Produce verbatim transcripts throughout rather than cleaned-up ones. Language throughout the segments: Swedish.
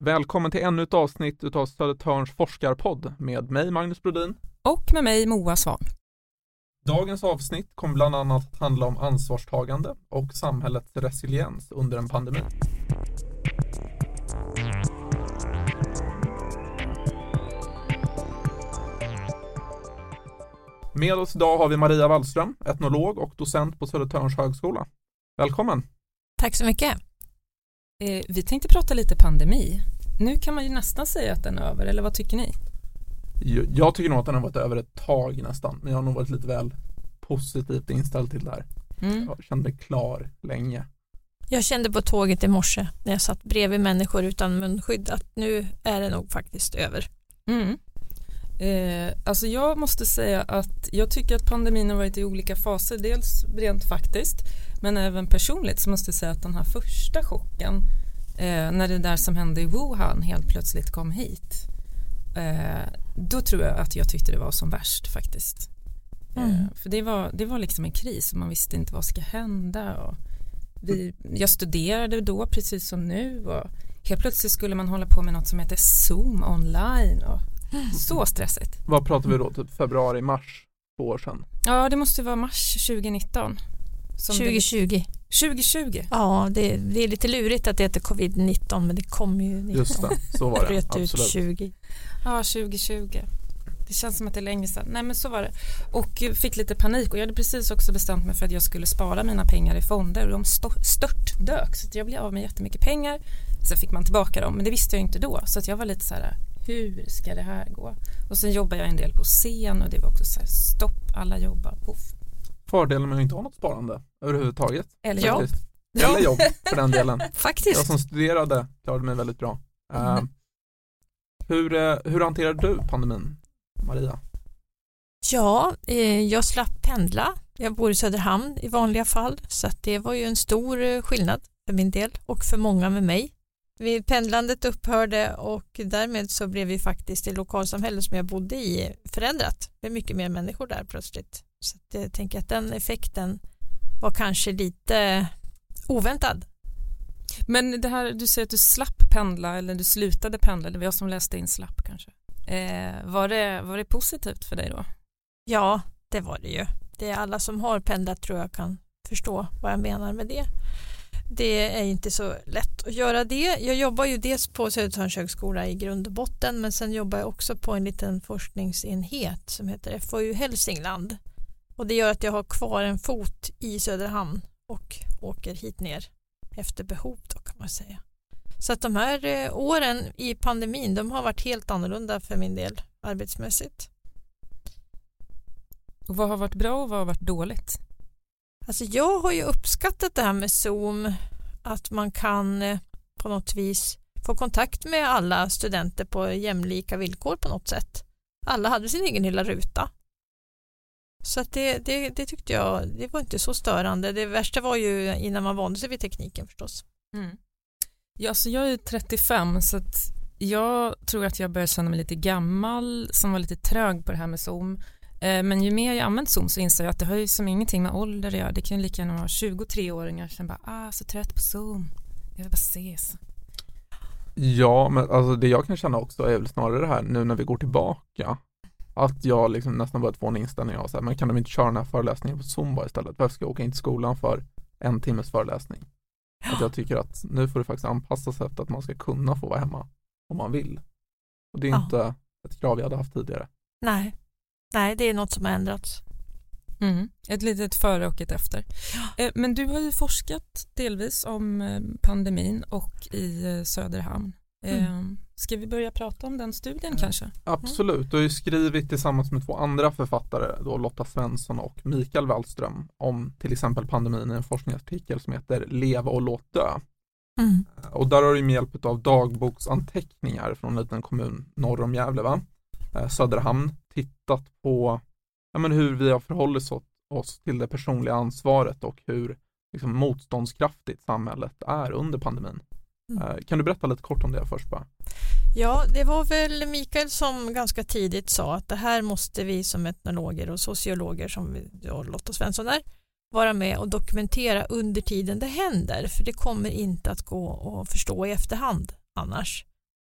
Välkommen till ännu ett avsnitt utav Södertörns forskarpodd med mig Magnus Brodin. Och med mig Moa Svahn. Dagens avsnitt kommer bland annat handla om ansvarstagande och samhällets resiliens under en pandemi. Med oss idag har vi Maria Wallström, etnolog och docent på Södertörns högskola. Välkommen! Tack så mycket! Eh, vi tänkte prata lite pandemi. Nu kan man ju nästan säga att den är över, eller vad tycker ni? Jag tycker nog att den har varit över ett tag nästan, men jag har nog varit lite väl positivt inställd till det här. Mm. Jag kände mig klar länge. Jag kände på tåget i morse när jag satt bredvid människor utan munskydd att nu är det nog faktiskt över. Mm. Eh, alltså jag måste säga att jag tycker att pandemin har varit i olika faser, dels rent faktiskt, men även personligt så måste jag säga att den här första chocken eh, när det där som hände i Wuhan helt plötsligt kom hit, eh, då tror jag att jag tyckte det var som värst faktiskt. Mm. Eh, för det var, det var liksom en kris och man visste inte vad ska hända och vi, jag studerade då precis som nu och helt plötsligt skulle man hålla på med något som heter Zoom online och mm. så stressigt. Vad pratar vi då? Typ februari, mars, två år sedan? Ja, det måste vara mars tjugonitton. Som tjugohundratjugo. Det... tjugohundratjugo? Ja, det, det är lite lurigt att det heter covid nitton, men det kom ju nitton. Just det, så var det. Absolut. Ut tjugo. Ja, tjugohundratjugo. Det känns som att det är länge sedan. Nej, men så var det. Och fick lite panik och jag hade precis också bestämt mig för att jag skulle spara mina pengar i fonder och de stört dök så att jag blev av med jättemycket pengar. Sen fick man tillbaka dem, men det visste jag inte då. Så att jag var lite så här, hur ska det här gå? Och sen jobbar jag en del på scen och det var också så här, stopp, alla jobbar, puff. Fördelen med att inte ha något sparande överhuvudtaget. Eller jobb. Ja. Eller jobb för den delen. Faktiskt. Jag som studerade klarade mig väldigt bra. Mm. Uh, hur, uh, hur hanterar du pandemin, Maria? Ja, eh, jag slapp pendla. Jag bor i Söderhamn i vanliga fall. Så att det var ju en stor eh, skillnad för min del och för många med mig. Vi, pendlandet upphörde och därmed så blev vi faktiskt det lokalsamhälle som jag bodde i förändrat. Det är mycket mer människor där plötsligt. Så att jag tänker att den effekten var kanske lite oväntad. Men det här, du säger att du slapp pendla eller du slutade pendla, det var jag som läste in slapp kanske. Eh, var, det, var det positivt för dig då? Ja, det var det ju. Det är alla som har pendlat tror jag kan förstå vad jag menar med det. Det är inte så lätt att göra det. Jag jobbar ju dels på Södertörns högskola i grund och botten, men sen jobbar jag också på en liten forskningsenhet som heter F O U Hälsingland. Och det gör att jag har kvar en fot i Söderhamn och åker hit ner efter behov då kan man säga. Så att de här eh, åren i pandemin, de har varit helt annorlunda för min del arbetsmässigt. Och vad har varit bra och vad har varit dåligt? Alltså jag har ju uppskattat det här med Zoom, att man kan eh, på något vis få kontakt med alla studenter på jämlika villkor på något sätt. Alla hade sin egen lilla ruta. Så att det, det, det tyckte jag, det var inte så störande. Det värsta var ju innan man vande sig vid tekniken förstås. Mm. Ja, så jag är trettiofem så att jag tror att jag börjar känna mig lite gammal som var lite trög på det här med Zoom. Eh, men ju mer jag använt Zoom så inser jag att det har ju som ingenting med ålder att göra. Det kan ju lika gärna vara tjugotre-åringar som bara, ah så trött på Zoom. Jag vill bara ses. Ja, men alltså det jag kan känna också är väl snarare det här nu när vi går tillbaka. Att jag liksom nästan börjat få en inställning av så här, men kan de inte köra den här föreläsningen på Zoom bara istället? Varför ska jag åka in till skolan för en timmes föreläsning? Ja. Att jag tycker att nu får det faktiskt anpassas efter att man ska kunna få vara hemma om man vill. Och det är ja. inte ett krav jag hade haft tidigare. Nej, Nej det är något som har ändrats. Mm. Ett litet före och ett efter. Ja. Men du har ju forskat delvis om pandemin och i Söderhamn. Mm. Ska vi börja prata om den studien kanske? Absolut, du har ju skrivit tillsammans med två andra författare, då Lotta Svensson och Mikael Wallström, om till exempel pandemin i en forskningsartikel som heter Leva och låt dö. Mm. Och där har du med hjälp av dagboksanteckningar från en liten kommun norr om Gävle, va? Söderhamn, tittat på ja, men hur vi har förhållit oss till det personliga ansvaret och hur liksom, motståndskraftigt samhället är under pandemin. Mm. Kan du berätta lite kort om det först bara? Ja, det var väl Mikael som ganska tidigt sa att det här måste vi som etnologer och sociologer som vi, och Lotta Svensson där, vara med och dokumentera under tiden det händer. För det kommer inte att gå att förstå i efterhand annars.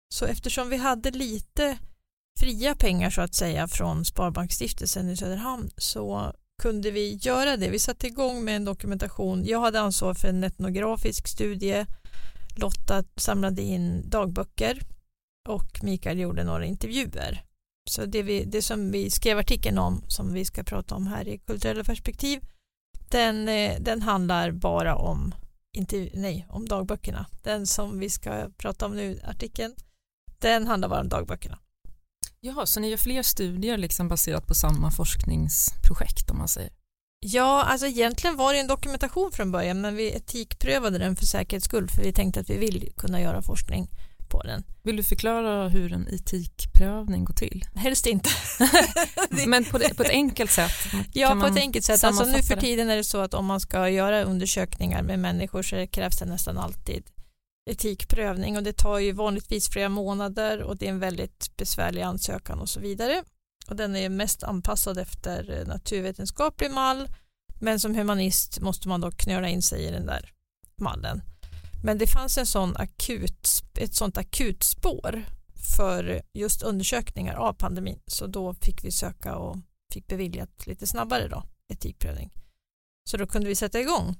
Så eftersom vi hade lite fria pengar så att säga från Sparbanksstiftelsen i Söderhamn så kunde vi göra det. Vi satte igång med en dokumentation. Jag hade ansvar för en etnografisk studie. Lotta samlade in dagböcker och Mikael gjorde några intervjuer. Så det, vi, det som vi skrev artikeln om, som vi ska prata om här i Kulturella perspektiv, den, den handlar bara om, inte, nej, om dagböckerna. Den som vi ska prata om nu, artikeln, den handlar bara om dagböckerna. Ja, så ni gör fler studier liksom baserat på samma forskningsprojekt om man säger? Ja, alltså egentligen var det en dokumentation från början, men vi etikprövade den för säkerhets skull, för vi tänkte att vi vill kunna göra forskning på den. Vill du förklara hur en etikprövning går till? Helst inte. Men på, det, på ett enkelt sätt? Ja, på ett enkelt sätt. Alltså nu för tiden är det så att om man ska göra undersökningar med människor så krävs det nästan alltid etikprövning och det tar ju vanligtvis flera månader och det är en väldigt besvärlig ansökan och så vidare. Och den är mest anpassad efter naturvetenskaplig mall, men som humanist måste man då knöla in sig i den där mallen. Men det fanns en sån akut, ett sånt akut spår för just undersökningar av pandemin, så då fick vi söka och fick beviljat lite snabbare då, etikprövning. Så då kunde vi sätta igång.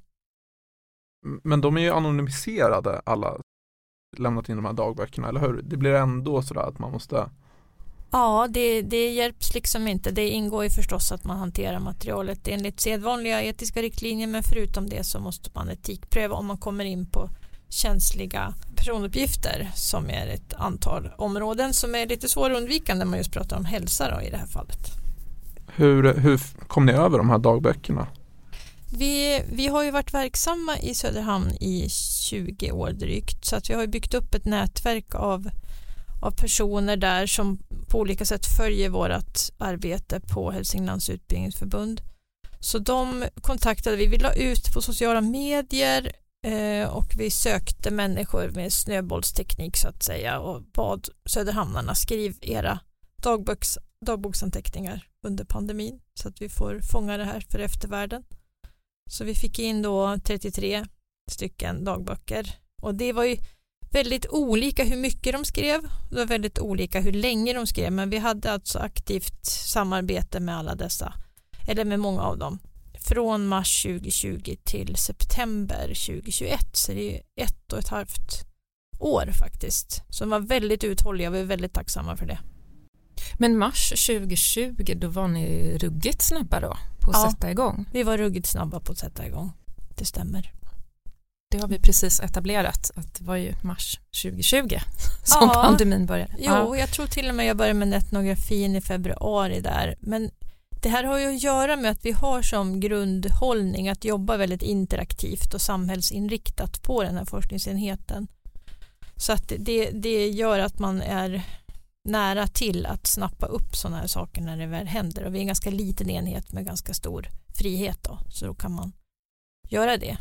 Men de är ju anonymiserade, alla lämnat in de här dagböckerna, eller hur? Det blir ändå sådär att man måste... Ja, det, det hjälps liksom inte. Det ingår ju förstås att man hanterar materialet enligt sedvanliga etiska riktlinjer, men förutom det så måste man etikpröva om man kommer in på känsliga personuppgifter som är ett antal områden som är lite svåra att undvika när man just pratar om hälsa då, i det här fallet. Hur, hur kom ni över de här dagböckerna? Vi, vi har ju varit verksamma i Söderhamn i tjugo år drygt, så att vi har byggt upp ett nätverk av, av personer där som på olika sätt följer vårt arbete på Hälsinglands utbildningsförbund. Så de kontaktade vi, vi la ut på sociala medier eh, och vi sökte människor med snöbollsteknik så att säga och bad söderhamnarna skriv era dagboks, dagboksanteckningar under pandemin så att vi får fånga det här för eftervärlden. Så vi fick in då trettiotre stycken dagböcker och det var ju väldigt olika hur mycket de skrev. Det var väldigt olika hur länge de skrev, men vi hade alltså aktivt samarbete med alla dessa, eller med många av dem. Från mars tjugohundratjugo till september tjugohundratjugoett, så det är ett och ett halvt år faktiskt. Så de var väldigt uthålliga och vi är väldigt tacksamma för det. Men mars tjugohundratjugo, då var ni ruggigt snabba då på att ja, sätta igång? Vi var ruggigt snabba på att sätta igång. Det stämmer. Det har vi precis etablerat att det var ju mars tjugohundratjugo som ja, pandemin började. Jo, ja. Jag tror till och med jag började med etnografin i februari där. Men det här har ju att göra med att vi har som grundhållning att jobba väldigt interaktivt och samhällsinriktat på den här forskningsenheten. Så att det, det gör att man är nära till att snappa upp sådana här saker när det väl händer. Och vi är en ganska liten enhet med ganska stor frihet då. Så då kan man göra det.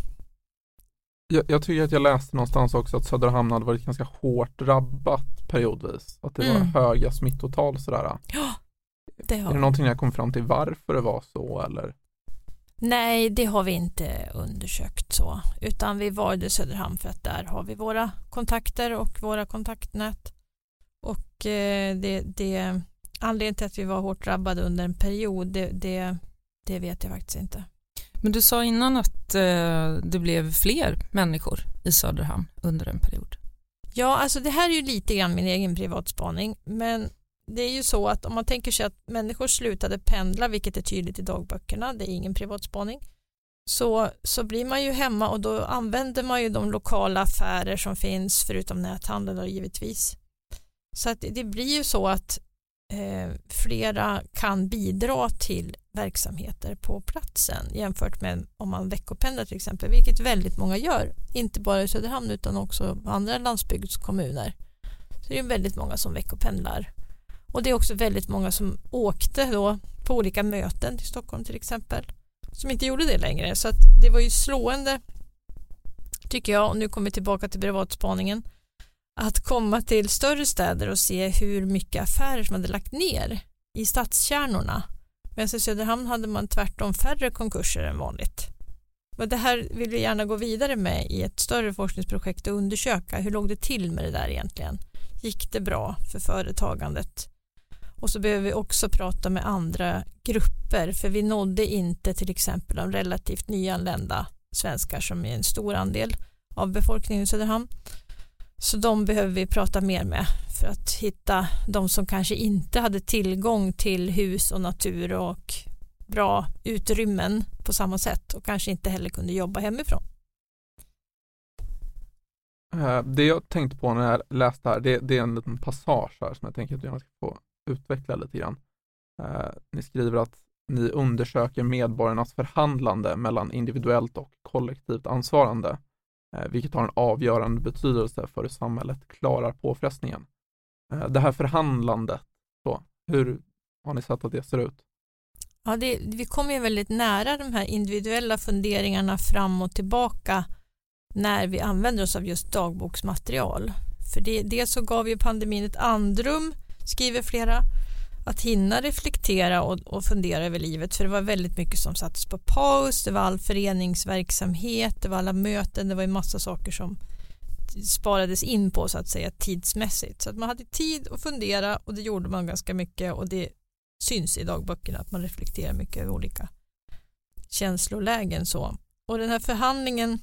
Jag, jag tycker att jag läste någonstans också att Söderhamn hade varit ganska hårt drabbat periodvis. Att det mm. var höga smittotal sådär. Ja, det har. Är det någonting jag kom fram till varför det var så eller? Nej, det har vi inte undersökt så. Utan vi valde Söderhamn för att där har vi våra kontakter och våra kontaktnät. Och eh, det, det anledningen till att vi var hårt drabbade under en period, det, det, det vet jag faktiskt inte. Men du sa innan att eh, det blev fler människor i Söderhamn under en period. Ja, alltså det här är ju lite grann min egen privatspaning. Men det är ju så att om man tänker sig att människor slutade pendla, vilket är tydligt i dagböckerna, det är ingen privatspaning. Så, så blir man ju hemma och då använder man ju de lokala affärer som finns, förutom näthandeln då, givetvis. Så att det blir ju så att eh, flera kan bidra till verksamheter på platsen jämfört med om man veckopendlar till exempel, vilket väldigt många gör, inte bara i Söderhamn utan också andra landsbygdskommuner. Så det är väldigt många som veckopendlar. Och det är också väldigt många som åkte då på olika möten till Stockholm till exempel, som inte gjorde det längre. Så att det var ju slående, tycker jag, och nu kommer vi tillbaka till privatspaningen, att komma till större städer och se hur mycket affärer som hade lagt ner i stadskärnorna. Medan i Söderhamn hade man tvärtom färre konkurser än vanligt. Och det här vill vi gärna gå vidare med i ett större forskningsprojekt och undersöka hur låg det till med det där egentligen. Gick det bra för företagandet? Och så behöver vi också prata med andra grupper, för vi nådde inte till exempel de relativt nyanlända svenskar som är en stor andel av befolkningen i Söderhamn. Så de behöver vi prata mer med för att hitta de som kanske inte hade tillgång till hus och natur och bra utrymmen på samma sätt och kanske inte heller kunde jobba hemifrån. Det jag tänkte på när jag läste här, det, det är en liten passage här som jag tänker att jag ska få utveckla lite grann. Ni skriver att ni undersöker medborgarnas förhandlande mellan individuellt och kollektivt ansvarande, vilket har en avgörande betydelse för hur samhället klarar påfrestningen. Det här förhandlandet, så, hur har ni sett att det ser ut? Ja, det, vi kommer ju väldigt nära de här individuella funderingarna fram och tillbaka när vi använder oss av just dagboksmaterial. För det, det så gav ju pandemin ett andrum, skriver flera, att hinna reflektera och, och fundera över livet. För det var väldigt mycket som sattes på paus, det var all föreningsverksamhet, det var alla möten, det var en massa saker som sparades in på så att säga tidsmässigt. Så att man hade tid att fundera och det gjorde man ganska mycket och det syns i dagböckerna att man reflekterar mycket över olika känslolägen så. Och den här förhandlingen,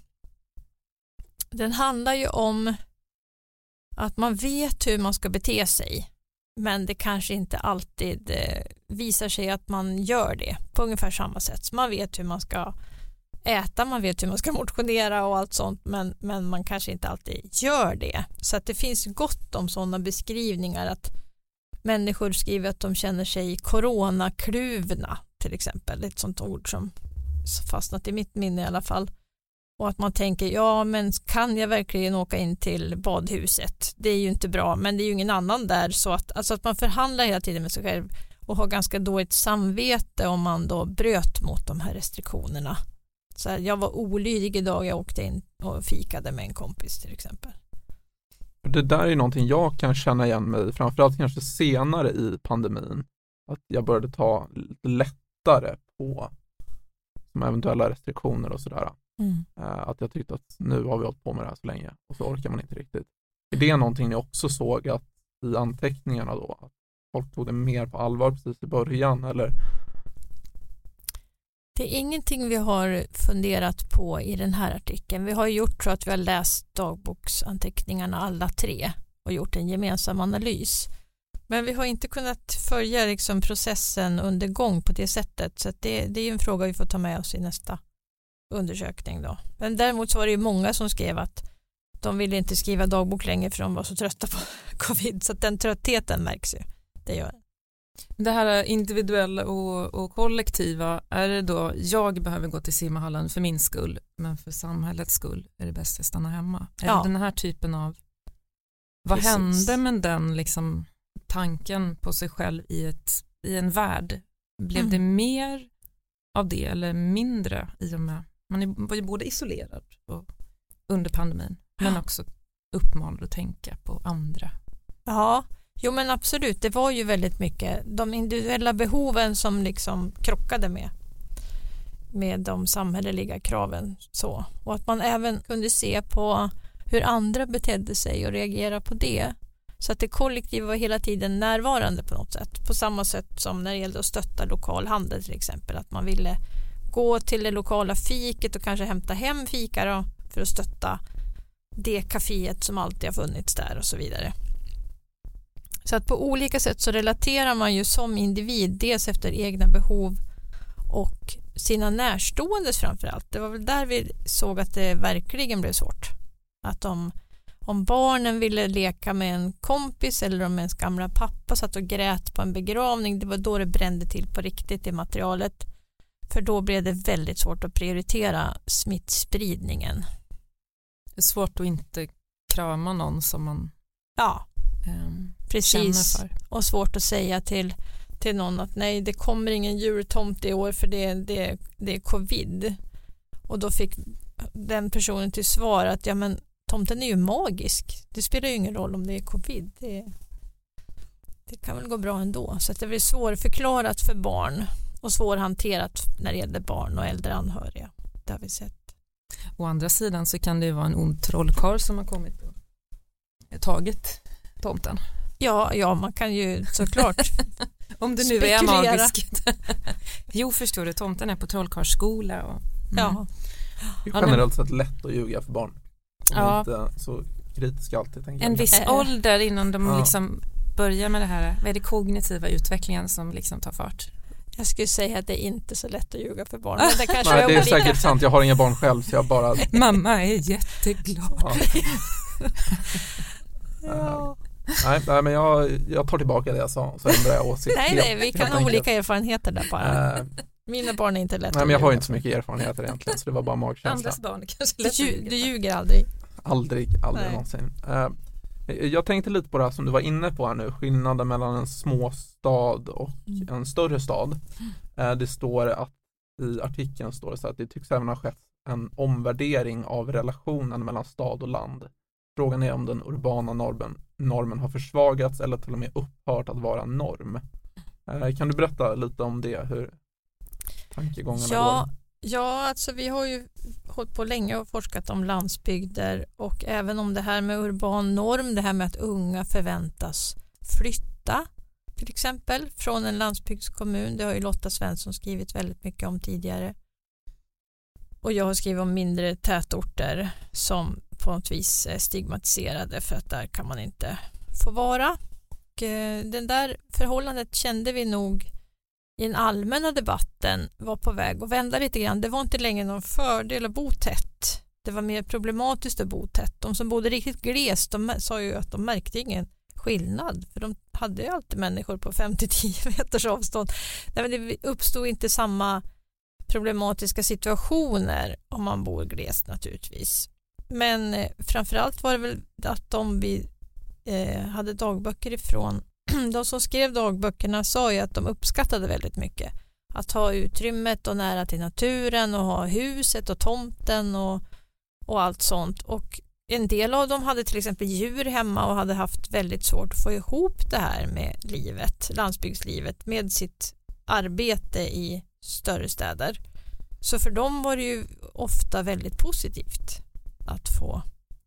den handlar ju om att man vet hur man ska bete sig, men det kanske inte alltid eh, visar sig att man gör det på ungefär samma sätt. Så man vet hur man ska äta, man vet hur man ska motionera och allt sånt, men, men man kanske inte alltid gör det. Så att det finns gott om sådana beskrivningar att människor skriver att de känner sig coronakluvna till exempel. Ett sånt ord som fastnat i mitt minne i alla fall. Och att man tänker, ja men kan jag verkligen åka in till badhuset? Det är ju inte bra, men det är ju ingen annan där. Så att, alltså att man förhandlar hela tiden med sig själv och har ganska dåligt samvete om man då bröt mot de här restriktionerna. Så här, jag var olydig idag, jag åkte in och fikade med en kompis till exempel. Det där är någonting jag kan känna igen mig, framförallt kanske senare i pandemin. Att jag började ta lite lättare på som eventuella restriktioner och sådär. Mm. Att jag tyckte att nu har vi hållit på med det här så länge och så orkar man inte riktigt. Är det någonting ni också såg att i anteckningarna då? Att folk tog det mer på allvar precis i början eller? Det är ingenting vi har funderat på i den här artikeln. Vi har gjort så att vi har läst dagboksanteckningarna alla tre och gjort en gemensam analys. Men vi har inte kunnat följa liksom processen under gång på det sättet. Så att det, det är en fråga vi får ta med oss i nästa undersökning då. Men däremot så var det ju många som skrev att de ville inte skriva dagbok längre för de var så trötta på covid. Så att den tröttheten märks ju. Det gör det. Det här individuella och, och kollektiva, är det då jag behöver gå till simhallen för min skull, men för samhällets skull är det bäst att stanna hemma? Är ja. det den här typen av, vad Precis. hände med den liksom tanken på sig själv i, ett, i en värld? Blev mm. det mer av det eller mindre i och med, man var ju både isolerad och, under pandemin, ja. men också uppmanad att tänka på andra. Ja, jo men absolut, det var ju väldigt mycket de individuella behoven som liksom krockade med med de samhälleliga kraven så. Och att man även kunde se på hur andra betedde sig och reagera på det. Så att det kollektiva var hela tiden närvarande på något sätt. På samma sätt som när det gällde att stötta lokal handel till exempel. Att man ville gå till det lokala fiket och kanske hämta hem fika då, för att stötta det kaféet som alltid har funnits där och så vidare. Så att på olika sätt så relaterar man ju som individ dels efter egna behov och sina närståendes framförallt. Det var väl där vi såg att det verkligen blev svårt. Att om, om barnen ville leka med en kompis eller om ens gamla pappa satt och grät på en begravning, det var då det brände till på riktigt i materialet. För då blev det väldigt svårt att prioritera smittspridningen. Det är svårt att inte krama någon som man ja, um, precis. Känner för. Och svårt att säga till, till någon att nej, det kommer ingen jultomt i år för det, det, det är covid. Och då fick den personen till svar att ja, men tomten är ju magisk. Det spelar ju ingen roll om det är covid. Det, det kan väl gå bra ändå. Så att det blir svårförklarat för barn och svårhanterat när det gäller barn och äldre anhöriga. Det har vi sett. Å andra sidan så kan det ju vara en ond trollkarl som har kommit och tagit tomten? Ja, ja, man kan ju såklart om det nu är magiskt. Jo, förstår du, tomten är på trollkarlsskola. Och, mm. Ja. Det är generellt sett lätt att ljuga för barn. De är ja. inte så kritiska alltid. Tänker en jag. viss äh. ålder innan de ja. liksom börjar med det här, vad är det kognitiva utvecklingen som liksom tar fart? Jag skulle säga att det är inte så lätt att ljuga för barn. Men det kanske Nej, är det är olika. säkert sant. Jag har inga barn själv så jag bara... Mamma är jätteglad. Ja. Ja. Nej, nej, men jag, jag tar tillbaka det jag sa. Så ändrar jag åsikt. Nej, nej, vi kan ha olika erfarenheter där bara. Uh, Mina barn är inte lätt. Nej, men jag har inte så mycket erfarenheter egentligen. Så det var bara magkänsla. Andras barn är kanske lätt. Du, du ljuger aldrig. Aldrig, aldrig nej. någonsin. Uh, jag tänkte lite på det här som du var inne på här nu. Skillnaden mellan en småstad och mm. en större stad. Uh, det står att i artikeln står det så att det tycks även ha skett en omvärdering av relationen mellan stad och land. Frågan är om den urbana normen, normen har försvagats eller till och med upphört att vara norm. Eh, kan du berätta lite om det, hur tankegångarna ja, går? Ja, alltså vi har ju hållit på länge och forskat om landsbygder och även om det här med urban norm, det här med att unga förväntas flytta till exempel från en landsbygdskommun. Det har ju Lotta Svensson skrivit väldigt mycket om tidigare. Och jag har skrivit om mindre tätorter som på något vis är stigmatiserade för att där kan man inte få vara. Och eh, den där förhållandet kände vi nog i den allmänna debatten var på väg att vända lite grann. Det var inte längre någon fördel att bo tätt. Det var mer problematiskt att bo tätt. De som bodde riktigt glest, de sa ju att de märkte ingen skillnad. För de hade ju alltid människor på fem till tio meters avstånd. Nej, men det uppstod inte samma problematiska situationer om man bor glest naturligtvis. Men eh, framförallt var det väl att de vi eh, hade dagböcker ifrån, de som skrev dagböckerna sa ju att de uppskattade väldigt mycket att ha utrymmet och nära till naturen och ha huset och tomten och, och allt sånt. Och en del av dem hade till exempel djur hemma och hade haft väldigt svårt att få ihop det här med livet, landsbygdslivet med sitt arbete i större städer. Så för dem var det ju ofta väldigt positivt att få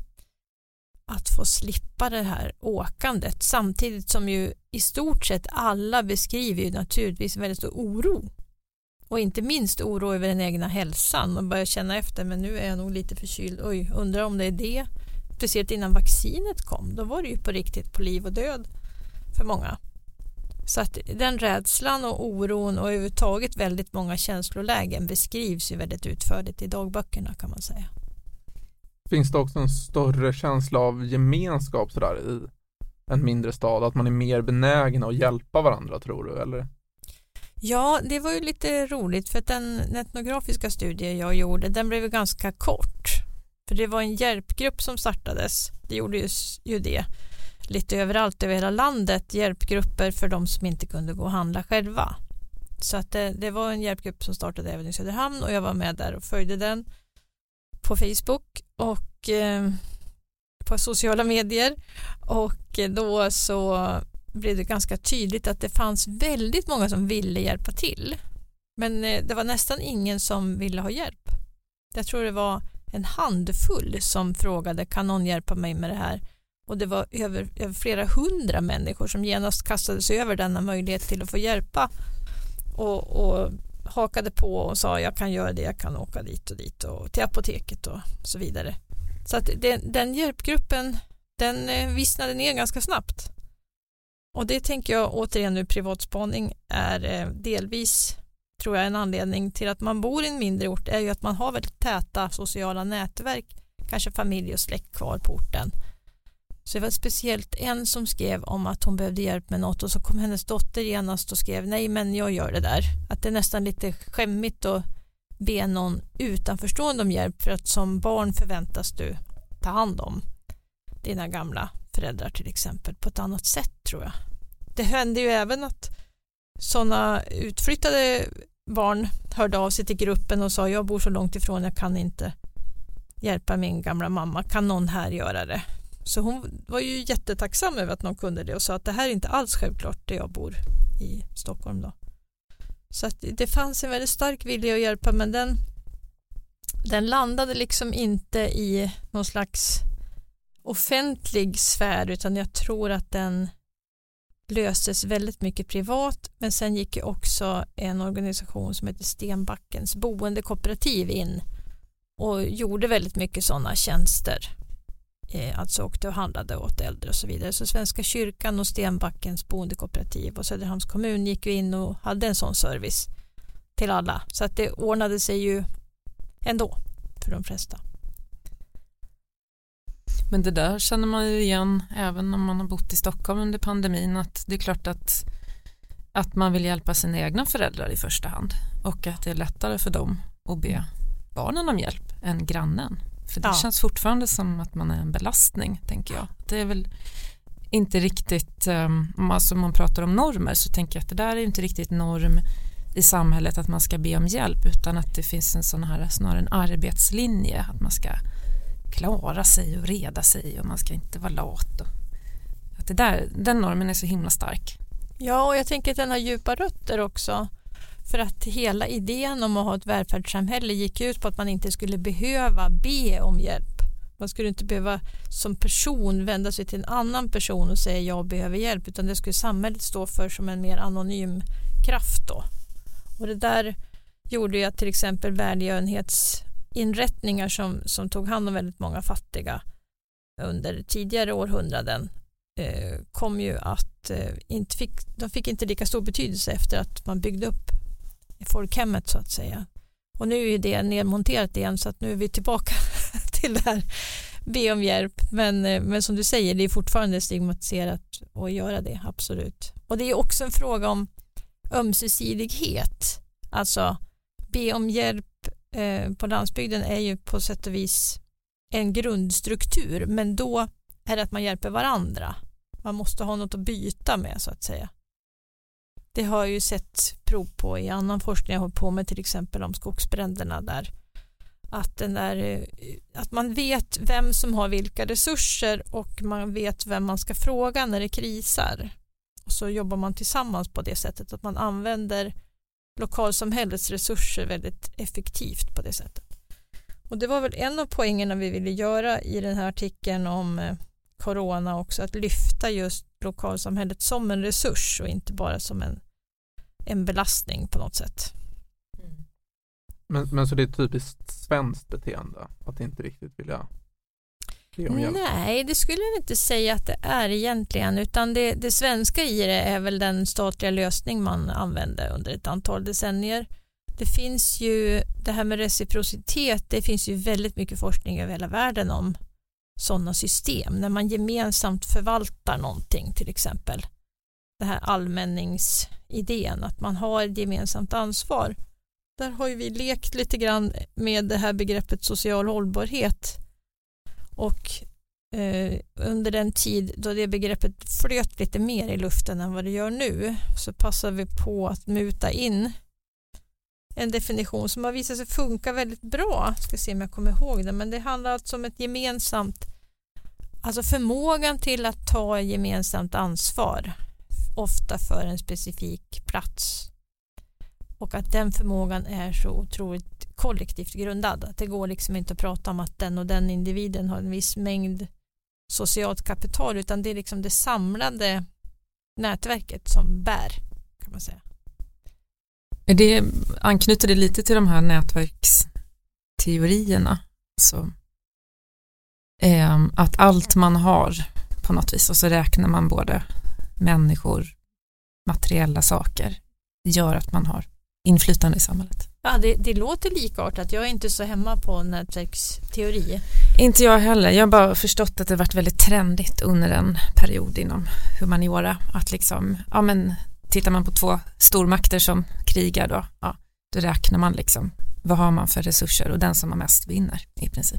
att få slippa det här åkandet, samtidigt som ju i stort sett alla beskriver ju naturligtvis väldigt stor oro och inte minst oro över den egna hälsan och börjar känna efter, men nu är jag nog lite förkyld, oj, undrar om det är det. Speciellt innan vaccinet kom, då var det ju på riktigt på liv och död för många. Så att den rädslan och oron och överhuvudtaget väldigt många känslolägen beskrivs ju väldigt utförligt i dagböckerna, kan man säga. Finns det också en större känsla av gemenskap sådär i en mindre stad? Att man är mer benägen att hjälpa varandra, tror du? Eller? Ja, det var ju lite roligt för att den etnografiska studien jag gjorde, den blev ganska kort. För det var en hjälpgrupp som startades. Det gjorde ju, ju det lite överallt över hela landet. Hjälpgrupper för de som inte kunde gå och handla själva. Så att det, det var en hjälpgrupp som startade även i Söderhamn och jag var med där och följde den på Facebook och eh, på sociala medier. Och då så blev det ganska tydligt att det fanns väldigt många som ville hjälpa till. Men eh, det var nästan ingen som ville ha hjälp. Jag tror det var en handfull som frågade, kan någon hjälpa mig med det här? Och det var över, över flera hundra människor som genast kastade sig över denna möjlighet till att få hjälpa och, och hakade på och sa jag kan göra det, jag kan åka dit och dit och till apoteket och så vidare. Så att den, den hjälpgruppen, den eh, vissnade ner ganska snabbt. Och det tänker jag återigen nu, privatspaning är eh, delvis, tror jag, en anledning till att man bor i en mindre ort är ju att man har väldigt täta sociala nätverk, kanske familj och släkt kvar på orten. Så det var speciellt en som skrev om att hon behövde hjälp med något och så kom hennes dotter genast och skrev nej men jag gör det där. Att det är nästan lite skämmigt att be någon utanförstående om hjälp för att som barn förväntas du ta hand om dina gamla föräldrar till exempel på ett annat sätt, tror jag. Det hände ju även att sådana utflyttade barn hörde av sig till gruppen och sa jag bor så långt ifrån, jag kan inte hjälpa min gamla mamma, kan någon här göra det? Så hon var ju jättetacksam över att någon kunde det och sa att det här är inte alls självklart där jag bor i Stockholm då. Så att det fanns en väldigt stark vilja att hjälpa, men den, den landade liksom inte i någon slags offentlig sfär, utan jag tror att den löstes väldigt mycket privat, men sen gick ju också en organisation som heter Stenbackens boendekooperativ in och gjorde väldigt mycket sådana tjänster, eh, alltså åkte och handlade åt äldre och så vidare. Så Svenska kyrkan och Stenbackens boendekooperativ och Söderhamns kommun gick ju in och hade en sån service till alla, så att det ordnade sig ju ändå för de flesta. Men det där känner man ju igen även om man har bott i Stockholm under pandemin, att det är klart att, att man vill hjälpa sina egna föräldrar i första hand och att det är lättare för dem att be barnen om hjälp än grannen. För det ja. känns fortfarande som att man är en belastning, tänker jag. Det är väl inte riktigt, um, alltså om man pratar om normer så tänker jag att det där är inte riktigt norm i samhället att man ska be om hjälp, utan att det finns en sån här snarare en arbetslinje, att man ska klara sig och reda sig och man ska inte vara lat. Och att det där, den normen är så himla stark. Ja, och jag tänker att den har djupa rötter också, för att hela idén om att ha ett välfärdssamhälle gick ut på att man inte skulle behöva be om hjälp. Man skulle inte behöva som person vända sig till en annan person och säga jag behöver hjälp, utan det skulle samhället stå för som en mer anonym kraft då. Och det där gjorde ju att till exempel välgörenhetsinrättningar som, som tog hand om väldigt många fattiga under tidigare århundraden eh, kom ju att eh, inte fick, de fick inte lika stor betydelse efter att man byggde upp folkhemmet så att säga. Och nu är det nedmonterat igen, så att nu är vi tillbaka till det här be om hjälp. Men, men som du säger, det är fortfarande stigmatiserat att göra det, absolut. Och det är också en fråga om ömsesidighet. Alltså be om hjälp eh, på landsbygden är ju på sätt och vis en grundstruktur, men då är det att man hjälper varandra. Man måste ha något att byta med så att säga. Det har jag ju sett prov på i annan forskning jag har på med, till exempel om skogsbränderna, där att, den där, att man vet vem som har vilka resurser och man vet vem man ska fråga när det krisar. Och så jobbar man tillsammans på det sättet att man använder lokalsamhällets resurser väldigt effektivt på det sättet. Och det var väl en av poängerna vi ville göra i den här artikeln om corona också, att lyfta just lokalsamhället som en resurs och inte bara som en, en belastning på något sätt. Mm. Men, men så det är typiskt svenskt beteende att inte riktigt vilja be om hjälp? Nej, det skulle jag inte säga att det är egentligen, utan det, det svenska i det är väl den statliga lösning man använde under ett antal decennier. Det finns ju det här med reciprocitet, det finns ju väldigt mycket forskning över hela världen om sådana system, när man gemensamt förvaltar någonting, till exempel det här allmänningsidén, att man har ett gemensamt ansvar. Där har ju vi lekt lite grann med det här begreppet social hållbarhet, och eh, under den tid då det begreppet flöt lite mer i luften än vad det gör nu, så passar vi på att muta in en definition som har visat sig funka väldigt bra. Ska se om jag kommer ihåg det, men det handlar alltså om ett gemensamt, alltså förmågan till att ta gemensamt ansvar, ofta för en specifik plats, och att den förmågan är så otroligt kollektivt grundad att det går liksom inte att prata om att den och den individen har en viss mängd socialt kapital, utan det är liksom det samlade nätverket som bär, kan man säga. Det anknyter det lite till de här nätverksteorierna, så eh, att allt man har på något vis, och så räknar man både människor, materiella saker, gör att man har inflytande i samhället. Ja, det, det låter likartat. Jag är inte så hemma på nätverksteori. Inte jag heller. Jag har bara förstått att det varit väldigt trendigt under en period inom humaniora, att liksom, ja men tittar man på två stormakter som krigar då, ja, då räknar man liksom vad har man för resurser, och den som har mest vinner i princip.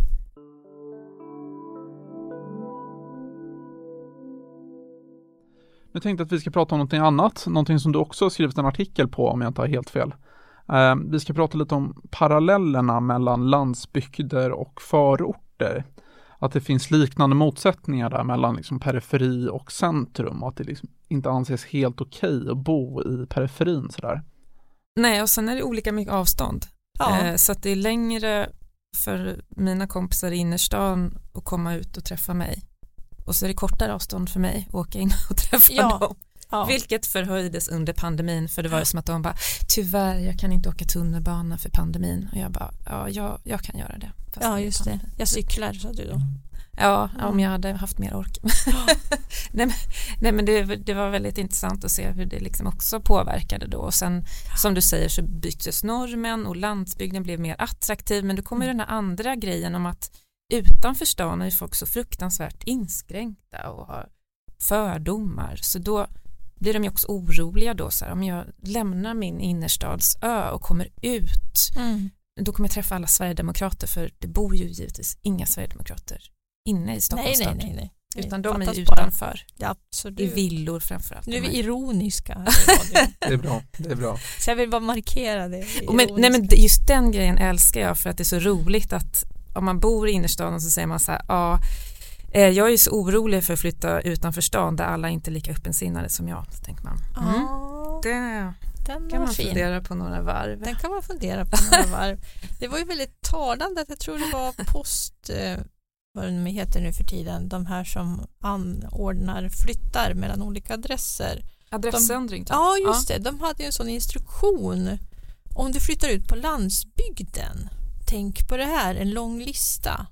Jag tänkte att vi ska prata om någonting annat, någonting som du också har skrivit en artikel på om jag inte har helt fel. Eh, vi ska prata lite om parallellerna mellan landsbygder och förorter. Att det finns liknande motsättningar där mellan liksom periferi och centrum, och att det liksom inte anses helt okej att bo i periferin sådär. Nej, och sen är det olika mycket avstånd. Ja. Eh, så att det är längre för mina kompisar i innerstan att komma ut och träffa mig. Och så är det kortare avstånd för mig att åka in och träffa ja. dem. Ja. Vilket förhöjdes under pandemin, för det var ju som att de bara, tyvärr jag kan inte åka tunnelbana för pandemin. Och jag bara, ja jag, jag kan göra det. Ja just det, jag cyklar sa du då. Ja, mm. om jag hade haft mer ork. Ja. nej, men, nej men det, det var väldigt intressant att se hur det liksom också påverkade då. Och sen som du säger så byttes normen och landsbygden blev mer attraktiv. Men då kommer mm. den här andra grejen om att utanför stan är folk så fruktansvärt inskränkta och har fördomar. Så då blir de ju också oroliga då. Så här, om jag lämnar min innerstadsö och kommer ut mm. då kommer jag träffa alla Sverigedemokrater, för det bor ju givetvis inga Sverigedemokrater inne i Stockholms stad. Nej, nej, nej, nej. Utan de är utanför. Ja, i villor framförallt. Nu är vi ironiska. Det är bra, det är bra. Så jag vill bara markera det. Men, nej, men just den grejen älskar jag, för att det är så roligt att om man bor i innerstan så säger man så här, ja, jag är så orolig för att flytta utanför stan där alla inte är lika öppensinnade som jag, så tänker man. Mm. Ah, det den kan man fin. fundera på några varv. Den kan man fundera på några varv. Det var ju väldigt talande att jag tror det var post, vad det heter nu för tiden, de här som anordnar flyttar mellan olika adresser. Adressändring. De, ja, just ja. det. De hade ju en sån instruktion. Om du flyttar ut på landsbygden, tänk på det här, en lång lista.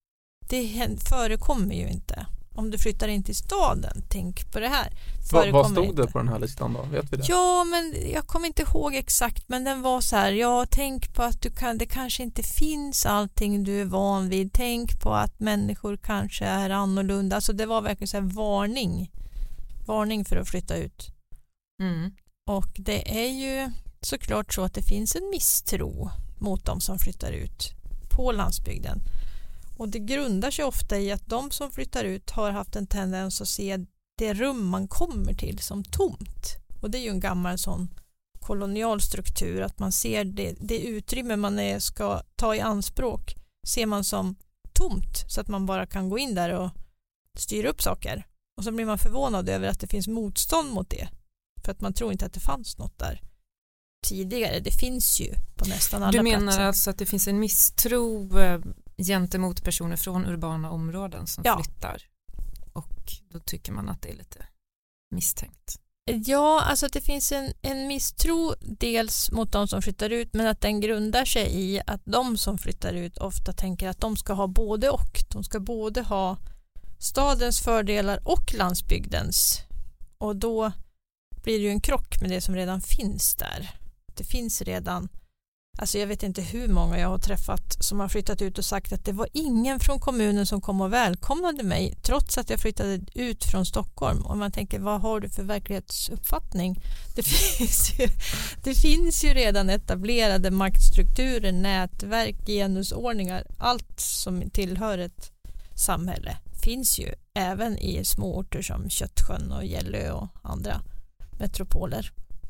Det förekommer ju inte. Om du flyttar in till staden, tänk på det här. Va, vad stod inte. det på den här listan då? Vet vi det? Ja, men jag kommer inte ihåg exakt, men den var så här, ja, tänk på att du kan, det kanske inte finns allting du är van vid. Tänk på att människor kanske är annorlunda. Alltså det var verkligen så här varning. Varning för att flytta ut. Mm. Och det är ju såklart så att det finns en misstro mot de som flyttar ut på landsbygden. Och det grundar sig ofta i att de som flyttar ut har haft en tendens att se det rum man kommer till som tomt. Och det är ju en gammal sån kolonial struktur, att man ser det, det utrymme man är, ska ta i anspråk ser man som tomt, så att man bara kan gå in där och styra upp saker. Och så blir man förvånad över att det finns motstånd mot det. För att man tror inte att det fanns något där tidigare. Det finns ju på nästan alla platser. Du menar platser. Alltså att det finns en misstro gentemot personer från urbana områden som ja. flyttar, och då tycker man att det är lite misstänkt. Ja, alltså att det finns en, en misstro dels mot de som flyttar ut, men att den grundar sig i att de som flyttar ut ofta tänker att de ska ha både och. De ska både ha stadens fördelar och landsbygdens, och då blir det ju en krock med det som redan finns där. Det finns redan, alltså jag vet inte hur många jag har träffat som har flyttat ut och sagt att det var ingen från kommunen som kom och välkomnade mig trots att jag flyttade ut från Stockholm. Och man tänker, vad har du för verklighetsuppfattning? Det finns ju, det finns ju redan etablerade maktstrukturer, nätverk, genusordningar, allt som tillhör ett samhälle finns ju även i små orter som Köttsjön och Gällö och andra metropoler.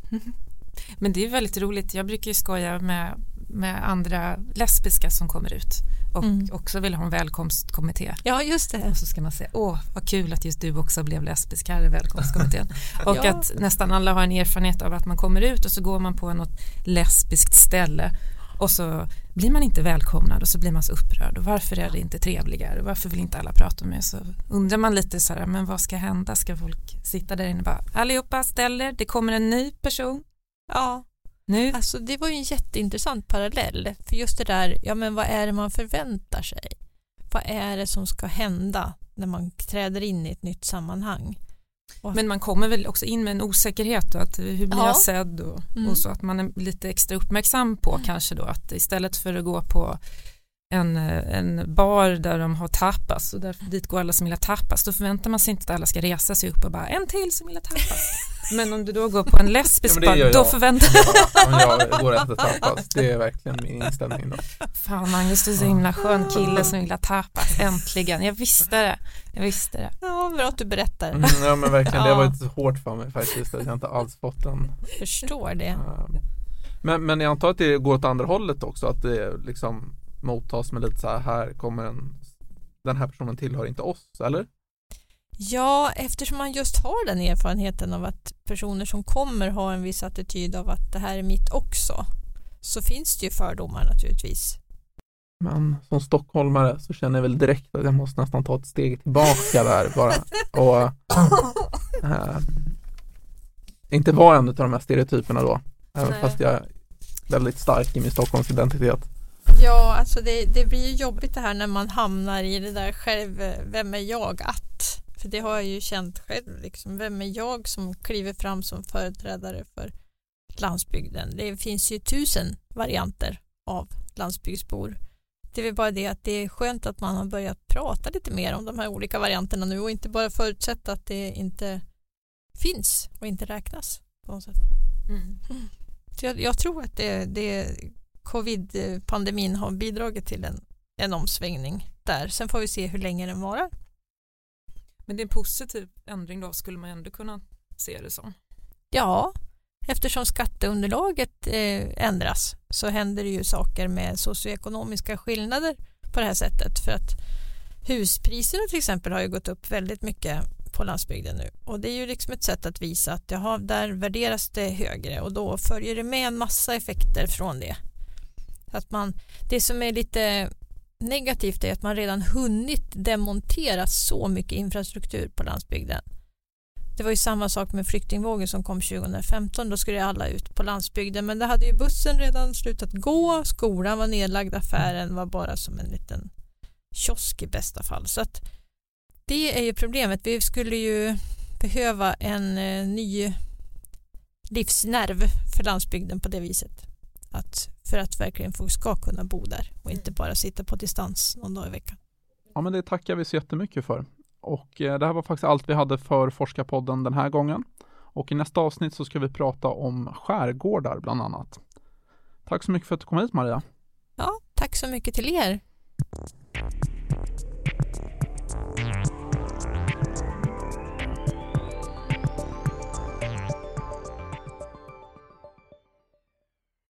Men det är väldigt roligt. Jag brukar ju skoja med, med andra lesbiska som kommer ut och mm. också vill ha en välkomstkommitté. Ja, just det. Och så ska man säga, åh vad kul att just du också blev lesbisk här i välkomstkommittén. Och ja. att nästan alla har en erfarenhet av att man kommer ut och så går man på något lesbiskt ställe och så blir man inte välkomnad och så blir man så upprörd. Och varför är det inte trevligare? Varför vill inte alla prata med? Så undrar man lite så här, men vad ska hända? Ska folk sitta där inne och bara, allihopa ställer, det kommer en ny person? Ja, nu. Alltså det var ju en jätteintressant parallell. För just det där, ja men vad är det man förväntar sig? Vad är det som ska hända när man träder in i ett nytt sammanhang? Och men man kommer väl också in med en osäkerhet då, att hur blir ja. jag sedd och, mm. och så att man är lite extra uppmärksam på mm. kanske då att istället för att gå på en, en bar där de har tapas och där, dit går alla som vill ha tapas, då förväntar man sig inte att alla ska resa sig upp och bara en till som vill ha tapas. Men om du då går på en lesbisk ja, bar, då förväntar man om jag går efter tapas, det är verkligen min inställning då. Fan Magnus, du är så himla skön kille som vill ha tapas, äntligen, jag visste det jag visste det. Ja, bra att du berättar. Mm, ja men verkligen, det har varit så hårt för mig faktiskt att jag inte alls fått den. Förstår det. Men, men jag antar att det går åt andra hållet också, att det liksom mottas med lite så här, här kommer en, den här personen tillhör inte oss, eller? Ja, eftersom man just har den erfarenheten av att personer som kommer har en viss attityd av att det här är mitt också, så finns det ju fördomar naturligtvis. Men som stockholmare så känner jag väl direkt att jag måste nästan ta ett steg tillbaka där bara. Och äh, inte vara en av de här stereotyperna då. Även Nej. fast jag är väldigt stark i min Stockholmsidentitet. Ja, alltså det, det blir ju jobbigt det här när man hamnar i det där själv, vem är jag att? För det har jag ju känt själv, liksom, vem är jag som kliver fram som företrädare för landsbygden? Det finns ju tusen varianter av landsbygdsbor. Det är väl bara det att det är skönt att man har börjat prata lite mer om de här olika varianterna nu och inte bara förutsätta att det inte finns och inte räknas på något sätt. Mm. Så jag, jag tror att det, det covid-pandemin har bidragit till en, en omsvängning där. Sen får vi se hur länge den varar. Men det är en positiv ändring då, skulle man ändå kunna se det som. Ja, eftersom skatteunderlaget eh, ändras så händer det ju saker med socioekonomiska skillnader på det här sättet. För att huspriserna till exempel har ju gått upp väldigt mycket på landsbygden nu. Och det är ju liksom ett sätt att visa att jaha, där värderas det högre och då följer det med en massa effekter från det. Att man, det som är lite negativt är att man redan hunnit demontera så mycket infrastruktur på landsbygden. Det var ju samma sak med flyktingvågen som kom tjugohundrafemton. Då skulle alla ut på landsbygden. Men det hade ju bussen redan slutat gå. Skolan var nedlagd. Affären var bara som en liten kiosk i bästa fall. Så att det är ju problemet. Vi skulle ju behöva en eh, ny livsnerv för landsbygden på det viset. Att, för att verkligen folk ska kunna bo där och inte bara sitta på distans någon dag i veckan. Ja, men det tackar vi så jättemycket för. Och eh, det här var faktiskt allt vi hade för Forskarpodden den här gången. Och i nästa avsnitt så ska vi prata om skärgårdar bland annat. Tack så mycket för att du kom hit, Maria. Ja, tack så mycket till er.